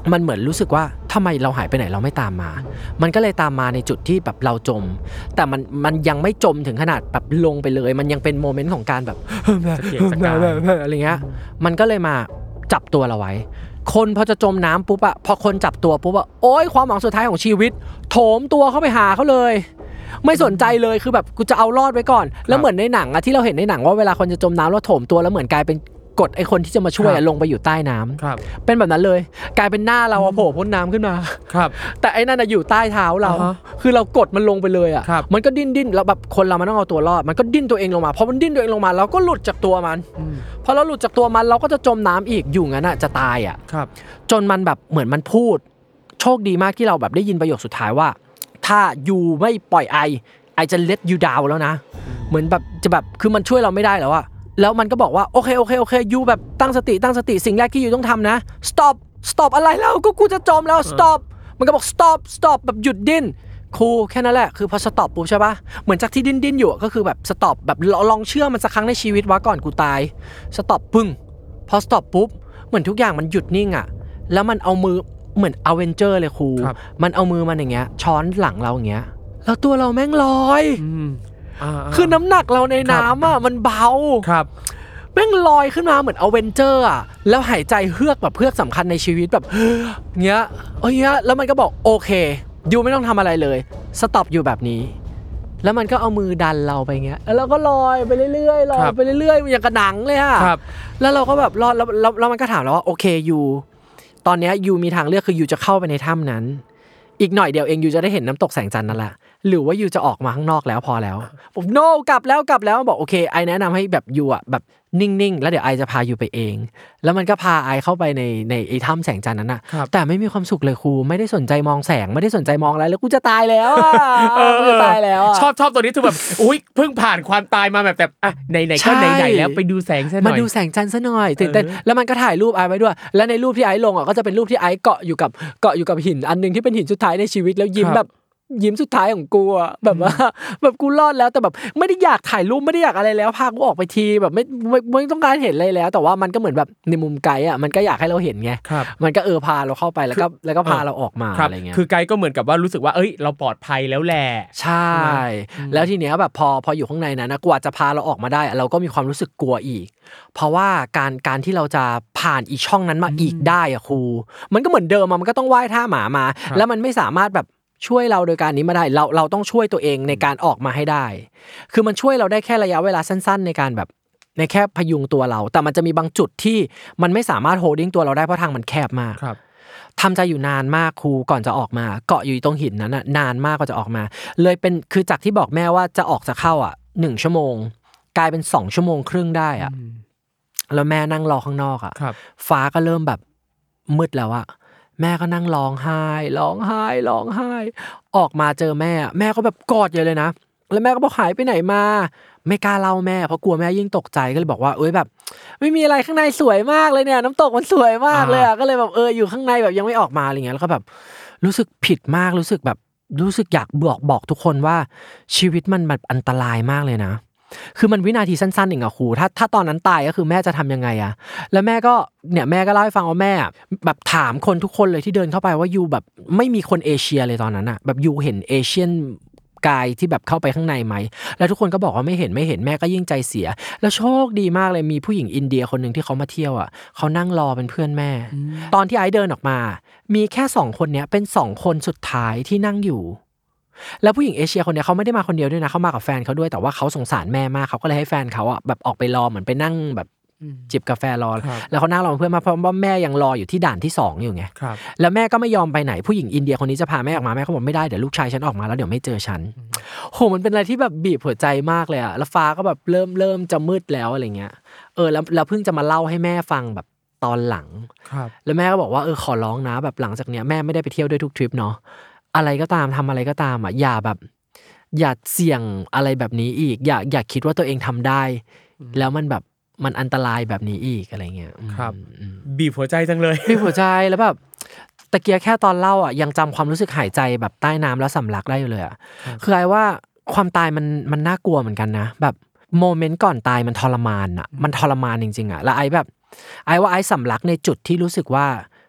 มันเหมือนรู้สึกว่าทำไมเราหายไปไหนเราไม่ตามมามันก็เลยตามมาในจุดที่แบบเราจมแต่มันมันยังไม่จมถึงขนาดแบบลงไปเลยมันยังเป็นโมเมนต์ของการแบบอะไรเงี้ยมันก็เลยมาจับตัวเราไว้คนพอจะจมน้ำปุ๊บอะพอคนจับตัวปุ๊บอะโอ๊ยความหวังสุดท้ายของชีวิตโถมตัวเข้าไปหาเขาเลยไม่สนใจเลยคือแบบกูจะเอารอดไว้ก่อนแล้วเหมือนในหนังอะที่เราเห็นในหนังว่าเวลาคนจะจมน้ำแล้วโถมตัวแล้วเหมือนกลายเป็นกดไอ้คนที่จะมาช่วยลงไปอยู่ใต้น้ำเป็นแบบนั้นเลยกลายเป็นหน้าเราโผล่พ้นน้ำขึ้นมาแต่ไอ้นั่นอยู่ใต้เท้าเราคือเรากดมันลงไปเลยอ่ะมันก็ดิ้นดิ้นแล้วแบบคนเรามันต้องเอาตัวรอดมันก็ดิ้นตัวเองลงมาพอมันดิ้นตัวเองลงมาเราก็หลุดจากตัวมันพอเราหลุดจากตัวมันเราก็จะจมน้ำอีกอยู่งั้นอ่ะจะตายอ่ะจนมันแบบเหมือนมันพูดโชคดีมากที่เราแบบได้ยินประโยคสุดท้ายว่าถ้ายูไม่ปล่อยไอไอจะ let you down แล้วนะเหมือนแบบจะแบบคือมันช่วยเราไม่ได้แล้วอ่ะแล้วมันก็บอกว่าโอเคโอเคโอเคยูแบบตั้งสติตั้งสติสิ่งแรกที่ยูต้องทำนะ stop stop อะไรแล้วก็กูจะจมแล้ว stop มันก็บอก stop stop แบบหยุดดิ้นครูแค่นั้นแหละคือพอ stop ปุ๊บใช่ป่ะเหมือนจากที่ดิ้นดิ้นอยู่ก็คือแบบ stop แบบลองเชื่อมันสักครั้งในชีวิตว่าก่อนกูตาย stop ปึ้งพอ stop ปุ๊บเหมือนทุกอย่างมันหยุดนิ่งอ่ะแล้วมันเอามือเหมือนอเวนเจอร์เลยครูมันเอามือมันอย่างเงี้ยช้อนหลังเราอย่างเงี้ยแล้วตัวเราแม่งลอยคือน้ำหนักเราในน้ำอ่ะมันเบาครับแม่งลอยขึ้นมาเหมือนอเวนเจอร์อ่ะแล้วหายใจเฮือกแบบเฮือกสำคัญในชีวิตแบบเงี้ยเอ้ยแล้วมันก็บอกโอเคยูไม่ต้องทำอะไรเลยสต็อปอยู่แบบนี้แล้วมันก็เอามือดันเราไปเงี้ยแล้วเราก็ลอยไปเรื่อยๆลอยไปเรื่อยๆอย่างกระหนังเลยอ่ะแล้วเราก็แบบรอดแล้วแล้วมันก็ถามเราว่าโอเคยูตอนนี้ยูมีทางเลือกคือยูจะเข้าไปในถ้ำนั้นอีกหน่อยเดียวเองยูจะได้เห็นน้ำตกแสงจันทร์นั่นแหละหรือว่ายูจะออกมาข้างนอกแล้วพอแล้วผมโนกลับแล้วกลับแล้วบอกโอเคไอแนะนำให้แบบยูอ่ะแบบนิ่งๆแล้วเดี๋ยวไอจะพายูไปเองแล้วมันก็พาไอเข้าไปในในไอถ้ำแสงจันทร์นั้นน่ะแต่ไม่มีความสุขเลยครูไม่ได้สนใจมองแสงไม่ได้สนใจมองอะไรแล้วกูจะตายแล้วอ่ะกูจะตายแล้วชอบชอบตัวนี้คือแบบอุ๊ยเพิ่งผ่านความตายมาแบบแบบอ่ะไหนๆก็ไหนๆแล้วไปดูแสงซะหน่อยมาดูแสงจันทร์ซะหน่อยตื่นเต้นแล้วมันก็ถ่ายรูปไอไว้ด้วยแล้วในรูปที่ไอลงอ่ะก็จะเป็นรูปที่ไอเกาะอยู่กับเกาะอยู่กับหินอันนึงที่เป็นหินสุดท้ายในชีวิตแล้วยิ้มแบบยิ้มสุดท้ายของกูอ่ะแบบว่าแบบกูรอดแล้วแต่แบบไม่ได้อยากถ่ายรูปไม่ได้อยากอะไรแล้วพากูออกไปทีแบบไม่ไม่ไม่ต้องการเห็นอะไรแล้วแต่ว่ามันก็เหมือนแบบในมุมไกด์อ่ะมันก็อยากให้เราเห็นไงมันก็เออพาเราเข้าไปแล้วก็แล้วก็พาเราออกมาอะไรเงี้ยคือไกด์ก็เหมือนกับว่ารู้สึกว่าเอ้ยเราปลอดภัยแล้วแหละใช่แล้วทีเนี้ยแบบพอพออยู่ข้างในนั้นนะกว่าจะพาเราออกมาได้เราก็มีความรู้สึกกลัวอีกเพราะว่าการการที่เราจะผ่านอีช่องนั้นมาอีกได้อ่ะครูมันก็เหมือนเดิมมันก็ต้องว่ายท่าหมามาแล้วมันไม่สามารถแบบช่วยเราโดยการนี้มาได้เราเราต้องช่วยตัวเองในการออกมาให้ได้คือมันช่วยเราได้แค่ระยะเวลาสั้นๆในการแบบในแค่พยุงตัวเราแต่มันจะมีบางจุดที่มันไม่สามารถโฮลดิ้งตัวเราได้เพราะทางมันแคบมากทำใจอยู่นานมากครูก่อนจะออกมาเกาะอยู่ตรงหินนั้นน่ะนานมากกว่าจะออกมาเลยเป็นคือจากที่บอกแม่ว่าจะออกจะเข้าอ่ะหนึ่งชั่วโมงกลายเป็นสองชั่วโมงครึ่งได้อ่ะแล้วแม่นั่งรอข้างนอกอ่ะฟ้าก็เริ่มแบบมืดแล้วอ่ะแม่ก็นั่งร้องไห้ร้องไห้ร้องไห้ออกมาเจอแม่แม่ก็แบบกอดใหญ่เลยนะแล้วแม่ก็บอกหายไปไหนมาไม่กล้าเล่าแม่เพราะกลัวแม่ยิ่งตกใจก็เลยบอกว่าเอ้ยแบบไม่มีอะไรข้างในสวยมากเลยเนี่ยน้ำตกมันสวยมากเลยอ่ะก็เลยแบบเอออยู่ข้างในแบบยังไม่ออกมาอะไรเงี้ยแล้วก็แบบรู้สึกผิดมากรู้สึกแบบรู้สึกอยากบอกบอกทุกคนว่าชีวิตมันแบบอันตรายมากเลยนะคือมันวินาทีสั้นๆเองอะครูถ้าถ้าตอนนั้นตายก็คือแม่จะทำยังไงอะแล้วแม่ก็เนี่ยแม่ก็เล่าให้ฟังว่าแม่แบบถามคนทุกคนเลยที่เดินเข้าไปว่ายูแบบไม่มีคนเอเชียเลยตอนนั้นอะแบบยูเห็นเอเชียนกายที่แบบเข้าไปข้างในไหมแล้วทุกคนก็บอกว่าไม่เห็นไม่เห็นแม่ก็ยิ่งใจเสียแล้วโชคดีมากเลยมีผู้หญิงอินเดียคนนึงที่เขามาเที่ยวอะเขานั่งรอเป็นเพื่อนแม่ตอนที่ไอ้เดินออกมามีแค่สองคนเนี้ยเป็นสองคนสุดท้ายที่นั่งอยู่แล้วผู้หญิงเอเชียคนนี้เขาไม่ได้มาคนเดียวด้วยนะเขามากับแฟนเขาด้วยแต่ว่าเขาสงสารแม่มากเขาก็เลยให้แฟนเขาอ่ะแบบออกไปรอเหมือนไปนั่งแบบจิบกาแฟรอแล้วเขานั่งรอเพื่อนมาเพราะว่าแม่ยังรออยู่ที่ด่านที่สองอยู่ไงแล้วแม่ก็ไม่ยอมไปไหนผู้หญิงอินเดียคนนี้จะพาแม่ออกมาแม่เขาบอกไม่ได้เดี๋ยวลูกชายฉันออกมาแล้วเดี๋ยวไม่เจอฉันโหมันเป็นอะไรที่แบบบีบหัวใจมากเลยอ่ะแล้วฟ้าก็แบบเริ่มเริ่มจะมืดแล้วอะไรเงี้ยเออแล้วแล้วเพิ่งจะมาเล่าให้แม่ฟังแบบตอนหลังแล้วแม่ก็บอกว่าเออขอร้องนะแบบหลังจากเนี้ยแม่ไม่ได้ไปเที่ยวด้วยทุกทริปเนาะอะไรก็ตามทำอะไรก็ตามอ่ะอย่าแบบอย่าเสี่ยงอะไรแบบนี้อีกอย่าอย่าคิดว่าตัวเองทำได้แล้วมันแบบมันอันตรายแบบนี้อีกอะไรเงี้ยครับบีบหัวใจจังเลยบีบหัวใจแล้วแบบตะเกียแค่ตอนเล่าอ่ะยังจำความรู้สึกหายใจแบบใต้น้ำแล้วสำลักได้อยู่เลยอ่ะคือไอ้ว่าความตายมันมันน่ากลัวเหมือนกันนะแบบโมเมนต์ก่อนตายมันทรมานอ่ะมันทรมานจริงๆอ่ะแล้วไอ้แบบไอ้ว่าไอ้สำลักในจุดที่รู้สึกว่า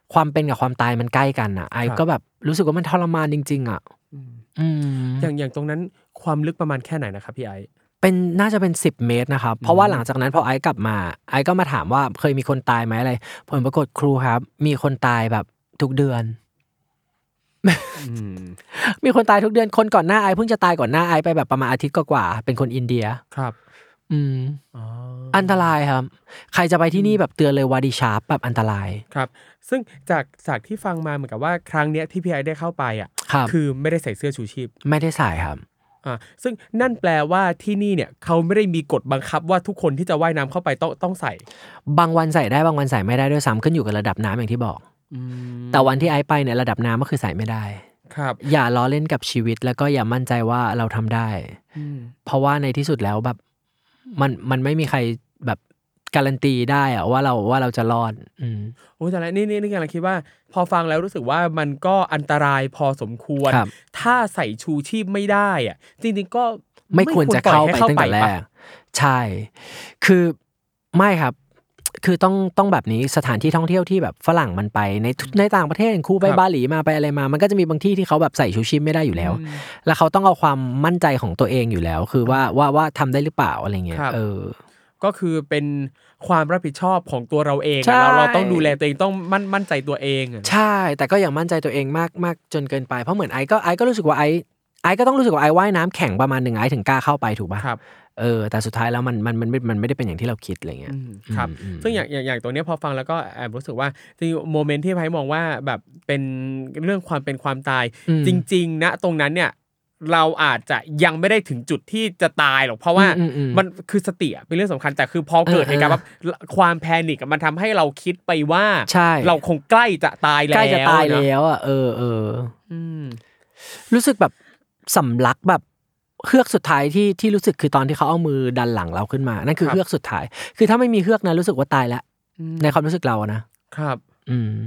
ความเป็นกับความตายมันใกล้กันอ่ะไอก็แบบรู้สึกว่ามันทรมานจริงๆอ่ะอืมอย่างอย่างตรงนั้นความลึกประมาณแค่ไหนนะครับพี่ไอเป็นน่าจะเป็นสิบเมตรนะครับเพราะว่าหลังจากนั้นพอไอกลับมาไอก็มาถามว่าเคยมีคนตายไหมอะไรผลปรากฏครูครับมีคนตายแบบทุกเดือนมีคนตายทุกเดือนคนก่อนหน้าไอเพิ่งจะตายก่อนหน้าไอไปแบบประมาณอาทิตย์กว่าๆเป็นคนอินเดียครับอืมอ๋ออันตรายครับใครจะไปที่นี่แบบเตือนเลยวาดิชาร์ปแบบอันตรายครับซึ่งจากจากที่ฟังมาเหมือนกับว่าครั้งเนี้ยที่พี่ไอได้เข้าไปอ่ะคือไม่ได้ใส่เสื้อชูชีพไม่ได้ใส่ครับอ่าซึ่งนั่นแปลว่าที่นี่เนี่ยเขาไม่ได้มีกฎบังคับว่าทุกคนที่จะว่ายน้ำเข้าไปต้องต้องใส่บางวันใส่ได้บางวันใส่ไม่ได้ด้วยซ้ำขึ้นอยู่กับระดับน้ำอย่างที่บอกแต่วันที่ไอไปเนี่ยระดับน้ำก็คือใส่ไม่ได้ครับอย่าล้อเล่นกับชีวิตแล้วก็อย่ามั่นใจว่าเราทำได้เพราะว่าในที่สุดแล้วแบบมันมันไม่มีใครแบบการันตีได้อะว่าเราว่าเราจะรอดอืมโอ้แต่ละนี่นี่นี่กำลังคิดว่าพอฟังแล้วรู้สึกว่ามันก็อันตรายพอสมควรถ้าใส่ชูชีพไม่ได้อ่ะจริงๆก็ไม่ควรจะเข้าไปตั้งแต่แรกใช่คือไม่ครับคือต้องต้องแบบนี้สถานที่ท่องเที่ยวที่แบบฝรั่งมันไปในในต่างประเทศครูไปบาหลีมาไปอะไรมามันก็จะมีบางที่ที่เขาแบบใส่ชูชีพไม่ได้อยู่แล้วแล้วเขาต้องเอาความมั่นใจของตัวเองอยู่แล้วคือว่าว่าว่าทำได้หรือเปล่าอะไรเงี้ยเออก็คือเป็นความรับผิดชอบของตัวเราเองเราเราต้องดูแลตัวเองต้องมั่นมั่นใจตัวเองใช่แต่ก็อย่างมั่นใจตัวเองมากมากจนเกินไปเพราะเหมือนไอก็ไอก็รู้สึกว่าไอไอก็ต้องรู้สึกว่าไอว่ายน้ำแข็งประมาณนึงไอถึงกล้าเข้าไปถูกป่ะครับเออแต่สุดท้ายแล้วมันมันมันมันไม่ได้เป็นอย่างที่เราคิดอะไรเงี้ยครับซึ่งอย่างอย่างอย่างตัวนี้พอฟังแล้วก็แอบรู้สึกว่าจริงโมเมนต์ที่ไพ่มองว่าแบบเป็นเรื่องความเป็นความตายจริงๆนะตรงนั้นเนี่ยเราอาจจะยังไม่ได้ถึงจุดที่จะตายหรอกเพราะว่ามันคือสติเป็นเรื่องสำคัญแต่คือพอเกิดเหตุการณ์แบบความแพนิคมันทำให้เราคิดไปว่าเราคงใกล้จะตายแล้วใกล้จะตายแล้วอ่ะเออเออรู้สึกแบบสำลักแบบเฮือกสุดท้ายที่ที่รู้สึกคือตอนที่เขาเอามือดันหลังเราขึ้นมานั่นคือเฮือกสุดท้ายคือถ้าไม่มีเฮือกนั้นรู้สึกว่าตายแล้วในความรู้สึกเรานะครับอืม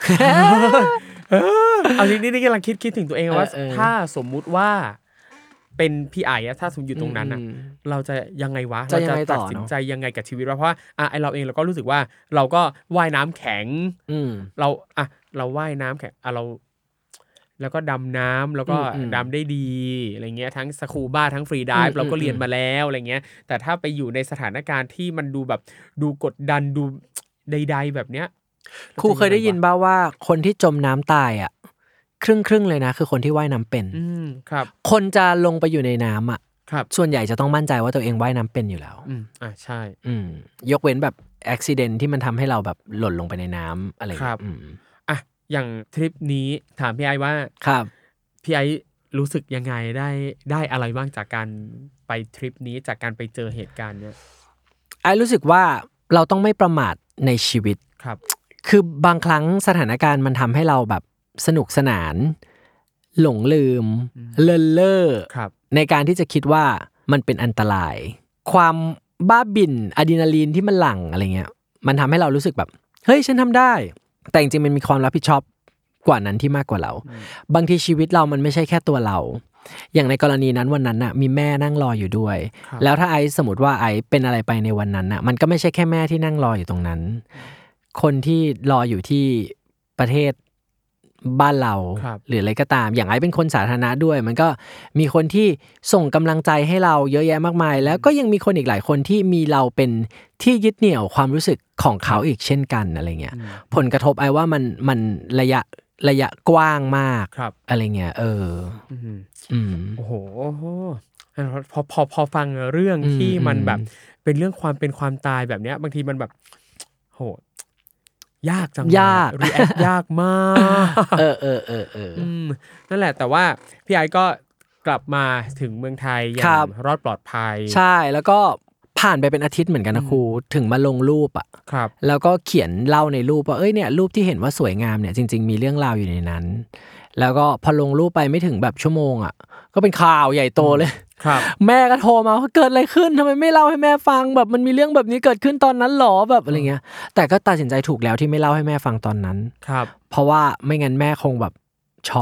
เอาจริงนี่นี่กำลังคิดคิดถึงตัวเองว่าถ้าสมมุติว่าเป็นพี่ไอ้ถ้าสมมติอยู่ตรงนั้นอ่ะเราจะยังไงวะเราจะตัดสินใจยังไงกับชีวิตวะเพราะว่าอ่ะไอเราเองเราก็รู้สึกว่าเราก็ว่ายน้ำแข็งเราอ่ะเราว่ายน้ำแข็งอ่ะเราแล้วก็ดำน้ำแล้วก็ดำได้ดีอะไรเงี้ยทั้งสคูบ้าทั้งฟรีไดฟ์เราก็เรียนมาแล้วอะไรเงี้ยแต่ถ้าไปอยู่ในสถานการณ์ที่มันดูแบบดูกดดันดูใดๆแบบเนี้ยครูเคยได้ยินบ้างว่าคนที่จมน้ำตายอ่ะครึ่งครึ่งเลยนะคือคนที่ว่ายน้ำเป็นครับคนจะลงไปอยู่ในน้ำอ่ะครับส่วนใหญ่จะต้องมั่นใจว่าตัวเองว่ายน้ำเป็นอยู่แล้วอืมอ่าใช่อืมยกเว้นแบบอุบิเหตุที่มันทำให้เราแบบหล่นลงไปในน้ำอะไรครับอ่ะอย่างทริปนี้ถามพี่ไอว่าครับพี่ไอรู้สึกยังไงได้ได้อะไรบ้างจากการไปทริปนี้จากการไปเจอเหตุการณ์เนี้ยไอรู้สึกว่าเราต้องไม่ประมาทในชีวิตครับคือบางครั้งสถานการณ์มันทำให้เราแบบสนุกสนานหลงลืมเลินเล่อในการที่จะคิดว่ามันเป็นอันตรายความบ้าบิ่นอะดรีนาลีนที่มันหลั่งอะไรเงี้ยมันทำให้เรารู้สึกแบบเฮ้ยฉันทำได้แต่จริงๆมันมีความรับผิดชอบกว่านั้นที่มากกว่าเราบางทีชีวิตเรามันไม่ใช่แค่ตัวเราอย่างในกรณีนั้นวันนั้นน่ะมีแม่นั่งรออยู่ด้วยแล้วถ้าไอซ์สมมติว่าไอซ์เป็นอะไรไปในวันนั้นน่ะมันก็ไม่ใช่แค่แม่ที่นั่งรออยู่ตรงนั้นคนที่รออยู่ที่ประเทศบ้านเราหรืออะไรก็ตามอย่างไอซ์เป็นคนสาธารณะด้วยมันก็มีคนที่ส่งกำลังใจให้เราเยอะแยะมากมายแล้วก็ยังมีคนอีกหลายคนที่มีเราเป็นที่ยึดเหนี่ยวความรู้สึกของเขาอีกเช่นกันอะไรเงี้ยผลกระทบไอว่ามันมันระยะระยะกว้างมากอะไรเงี้ยเอออืมโอ้โหพอพอพอฟังเรื่องที่มันแบบเป็นเรื่องความเป็นความตายแบบเนี้ยบางทีมันแบบโหยากจังยากรีแอคยากมากเออเออเออเออนั่นแหละแต่ว่าพี่ไอก็กลับมาถึงเมืองไทยอย่างรอดปลอดภัยใช่แล้วก็ผ่านไปเป็นอาทิตย์เหมือนกันนะครูถึงมาลงรูปอ่ะครับแล้วก็เขียนเล่าในรูปว่าเอ้ยเนี่ยรูปที่เห็นว่าสวยงามเนี่ยจริงๆมีเรื่องราวอยู่ในนั้นแล้วก็พอลงรูปไปไม่ถึงแบบชั่วโมงอ่ะก็เป็นข่าวใหญ่โตเลยครับแม่ก็โทรมาว่าเกิดอะไรขึ้นทำไมไม่เล่าให้แม่ฟังแบบมันมีเรื่องแบบนี้เกิดขึ้นตอนนั้นหรอแบบอะไรเงี้ยแต่ก็ตัดสินใจถูกแล้วที่ไม่เล่าให้แม่ฟังตอนนั้นครับเพราะว่าไม่งั้นแม่คงแบบช็อก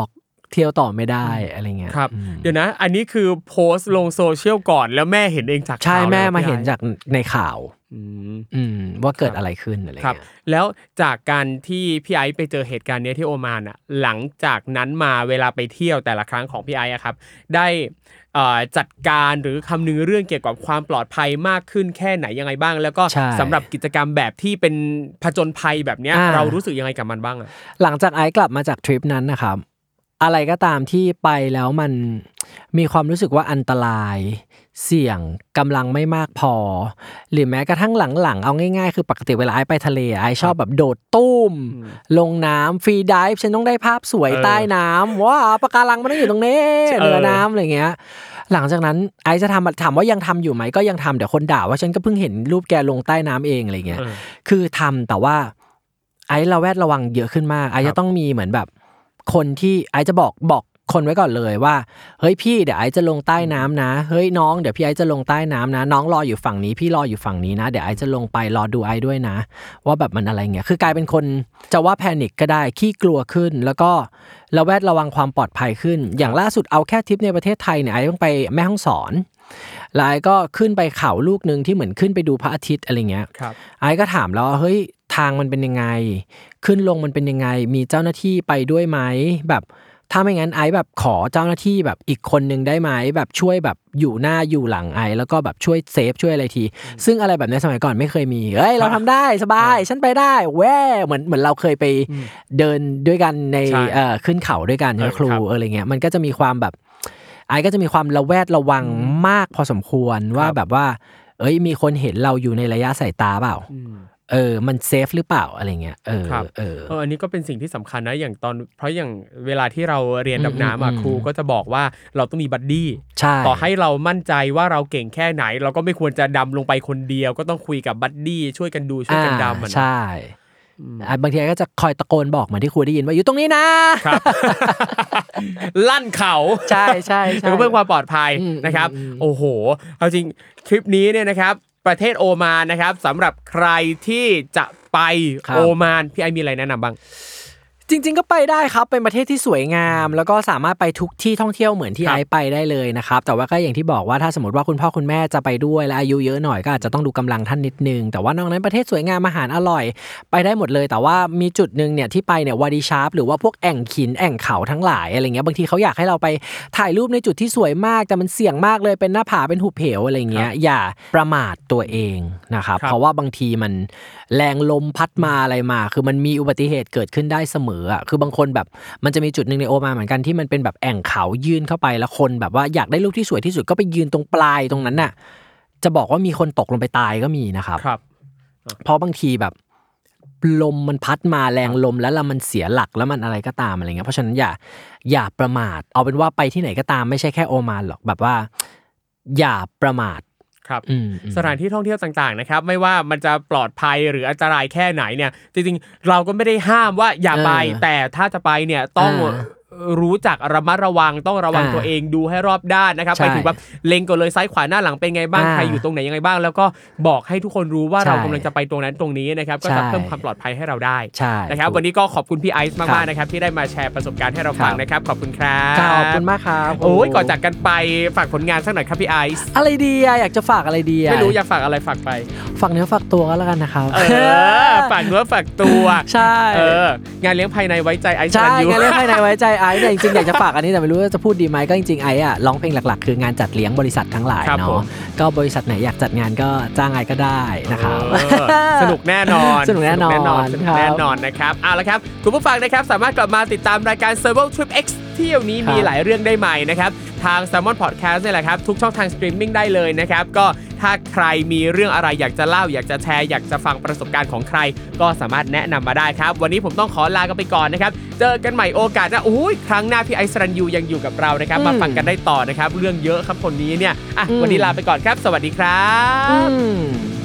เที่ยวต่อไม่ได้อะไรเงี้ยครับเดี๋ยวนะอันนี้คือโพสต์ลงโซเชียลก่อนแล้วแม่เห็นเองจากข่าวใช่แม่มาเห็นจากในข่าวอืมอืมว่าเกิดอะไรขึ้นอะไรเงี้ยครับแล้วจากการที่พี่ไอซ์ไปเจอเหตุการณ์นี้ที่โอมานอ่ะหลังจากนั้นมาเวลาไปเที่ยวแต่ละครั้งของพี่ไอซ์อ่ะครับได้เอ่อจัดการหรือคำนึงเรื่องเกี่ยวกับความปลอดภัยมากขึ้นแค่ไหนยังไงบ้างแล้วก็สำหรับกิจกรรมแบบที่เป็นผจญภัยแบบเนี้ยเรารู้สึกยังไงกับมันบ้างอ่ะหลังจากไอซ์กลับมาจากทริปนั้นนะครับอะไรก็ตามที่ไปแล้วมันมีความรู้สึกว่าอันตรายเสี่ยงกำลังไม่มากพอหรือแม้กระทั่งหลังๆเอาง่ายๆคือปกติเวลาไอไปทะเลไอชอบแบบโดดตุ้มลงน้ำฟรีไดฟ์ฉันต้องได้ภาพสวยใต้น้ำว้าปะการังมันต้องอยู่ตรงนี้เหนือน้ำอะไรเงี้ยหลังจากนั้นไอจะทำถามว่ายังทำอยู่ไหมก็ยังทำเดี๋ยวคนด่าว่าฉันก็เพิ่งเห็นรูปแกลงใต้น้ำเองอะไรเงี้ยคือทำแต่ว่าไอระแวดระวังเยอะขึ้นมากไอจะต้องมีเหมือนแบบคนที่ไอจะบอกบอกคนไว้ก่อนเลยว่าเฮ้ยพี่เดี๋ยวไอจะลงใต้น้ำนะเฮ้ยน้องเดี๋ยวพี่ไอจะลงใต้น้ำนะน้องรออยู่ฝั่งนี้พี่รออยู่ฝั่งนี้นะเดี๋ยวไอจะลงไปรอดูไอด้วยนะว่าแบบมันอะไรเงี้ยคือกลายเป็นคนจะว่าแพนิคก็ได้ขี้กลัวขึ้นแล้วก็ระแวดระวังความปลอดภัยขึ้นอย่างล่าสุดเอาแค่ทริปในประเทศไทยเนี่ยไอต้องไปแม่ฮ่องสอนแล้วไอก็ขึ้นไปเขาลูกนึงที่เหมือนขึ้นไปดูพระอาทิตย์อะไรเงี้ยไอก็ถามแล้วเฮ้ยทางมันเป็นยังไงขึ้นลงมันเป็นยังไงมีเจ้าหน้าที่ไปด้วยไหมแบบถ้าไม่งั้นไอแบบขอเจ้าหน้าที่แบบอีกคนนึงได้ไหมแบบช่วยแบบอยู่หน้าอยู่หลังไอแล้วก็แบบช่วยเซฟช่วยอะไรทีซึ่งอะไรแบบนี้สมัยก่อนไม่เคยมีเฮ้ยเราทำได้สบายฉันไปได้แว่เหมือนเหมือนเราเคยไปเดินด้วยกันในเอ่อขึ้นเขาด้วยกันใช่ไหมครูอะไรเงี้ยมันก็จะมีความแบบไอก็จะมีความระแวดระวังมากพอสมควรว่าแบบว่าเอ้ยมีคนเห็นเราอยู่ในระยะสายตาเปล่าเออมันเซฟหรือเปล่าอะไรเงี้ยเออเออเอออันนี้ก็เป็นสิ่งที่สำคัญนะอย่างตอนเพราะอย่างเวลาที่เราเรียนดำน้ำอ่ะครูก็จะบอกว่าเราต้องมีบัดดี้ต่อให้เรามั่นใจว่าเราเก่งแค่ไหนเราก็ไม่ควรจะดำลงไปคนเดียวก็ต้องคุยกับบัดดี้ช่วยกันดูช่วยกันดำมันใช่บางทีก็จะคอยตะโกนบอกเหมือนที่ครูได้ยินว่าอยู่ตรงนี้นะครับลั่นเขาใช่ใช่ใช่เพื่อความปลอดภัยนะครับโอ้โหเอาจริงคลิปนี้เนี่ยนะครับประเทศโอมานนะครับสำหรับใครที่จะไปโอมานพี่ไอมีอะไรแนะนำบ้างจริงๆก็ไปได้ครับเป็นประเทศที่สวยงามแล้วก็สามารถไปทุกที่ท่องเที่ยวเหมือนที่ไอไปได้เลยนะครับแต่ว่าก็อย่างที่บอกว่าถ้าสมมติว่าคุณพ่อคุณแม่จะไปด้วยและอายุเยอะหน่อยก็อาจจะต้องดูกำลังท่านนิดนึงแต่ว่านอกนั้นประเทศสวยงามอาหารอร่อยไปได้หมดเลยแต่ว่ามีจุดนึงเนี่ยที่ไปเนี่ยวาดีชาร์ปหรือว่าพวกแอ่งหินแอ่งเขาทั้งหลายอะไรเงี้ยบางทีเขาอยากให้เราไปถ่ายรูปในจุดที่สวยมากแต่มันเสี่ยงมากเลยเป็นหน้าผาเป็นหุบเหวอะไรเงี้ยอย่าประมาทตัวเองนะครับเพราะว่าบางทีมันแรงลมพัดมาอะไรมาคือมันมีอุบัติเหตุเกิดขึ้นได้เสมออ่ะคือบางคนแบบมันจะมีจุดนึงในโอมานเหมือนกันที่มันเป็นแบบแอ่งเขายื่นเข้าไปแล้วคนแบบว่าอยากได้รูปที่สวยที่สุดก็ไปยืนตรงปลายตรงนั้นน่ะจะบอกว่ามีคนตกลงไปตายก็มีนะครับครับเพราะบางทีแบบลมมันพัดมาแรงลมแล้วมันเสียหลักแล้วมันอะไรก็ตามอะไรเงี้ยเพราะฉะนั้นอย่าอย่าประมาทเอาเป็นว่าไปที่ไหนก็ตามไม่ใช่แค่โอมานหรอกแบบว่าอย่าประมาทครับสถานที่ท่องเที่ยวต่างๆนะครับไม่ว่ามันจะปลอดภัยหรืออันตรายแค่ไหนเนี่ยจริงๆเราก็ไม่ได้ห้ามว่าอย่าไปแต่ถ้าจะไปเนี่ยต้องรู้จักระมัดระวังต้องระวังตัวเองดูให้รอบด้านนะครับไปถึงแบบเล็งก่อนเลยซ้ายขวาหน้าหลังเป็นไงบ้างใครอยู่ตรงไหนยังไงบ้างแล้วก็บอกให้ทุกคนรู้ว่าเรากำลังจะไปตรงนั้นตรงนี้นะครับก็จะเพิ่มความปลอดภัยให้เราได้นะครับวันนี้ก็ขอบคุณพี่ไอซ์มากๆนะครับที่ได้มาแชร์ประสบการณ์ให้เราฟังนะครับขอบคุณครับขอบคุณมากครับโอ้ยก่อนจากกันไปฝากผลงานสักหน่อยครับพี่ไอซ์อะไรดีอ่ะอยากจะฝากอะไรดีอ่ะไม่รู้อยากฝากอะไรฝากไปฝากเนื้อฝากตัวก็แล้วกันนะครับเออฝากเนื้อฝากตัวใช่เอองานเลี้ยงภายในไว้ใจไอซ์ใช่งานเลี้ยงภายในไว้ใจไอซ์เนี่ยจริงๆอยากจะฝากอันนี้แต่ไม่รู้ว่าจะพูดดีไหมก็จริงๆไอ้อะร้องเพลงหลักๆคืองานจัดเลี้ยงบริษัททั้งหลายเนาะก็บริษัทไหนอยากจัดงานก็จ้างไอ้ก็ได้นะครับสนุกแน่นอนสนุกแน่นอนแน่นอนนะครับเอาละครับคุณผู้ฟังนะครับสามารถกลับมาติดตามรายการ Survival Trip X เที่ยวนี้มีหลายเรื่องได้ใหม่นะครับทาง Salmon Podcast นี่แหละครับทุกช่องทางสตรีมมิ่งได้เลยนะครับก็ถ้าใครมีเรื่องอะไรอยากจะเล่าอยากจะแชร์อยากจะฟังประสบการณ์ของใครก็สามารถแนะนำมาได้ครับวันนี้ผมต้องขอลากันไปก่อนนะครับเจอกันใหม่โอกาสหน้าโอ้ยครั้งหน้าพี่ไอซ์สรัญยูยังอยู่กับเรานะครับมาฟังกันได้ต่อนะครับเรื่องเยอะครับคนนี้เนี่ยอ่ะวันนี้ลาไปก่อนครับสวัสดีครับ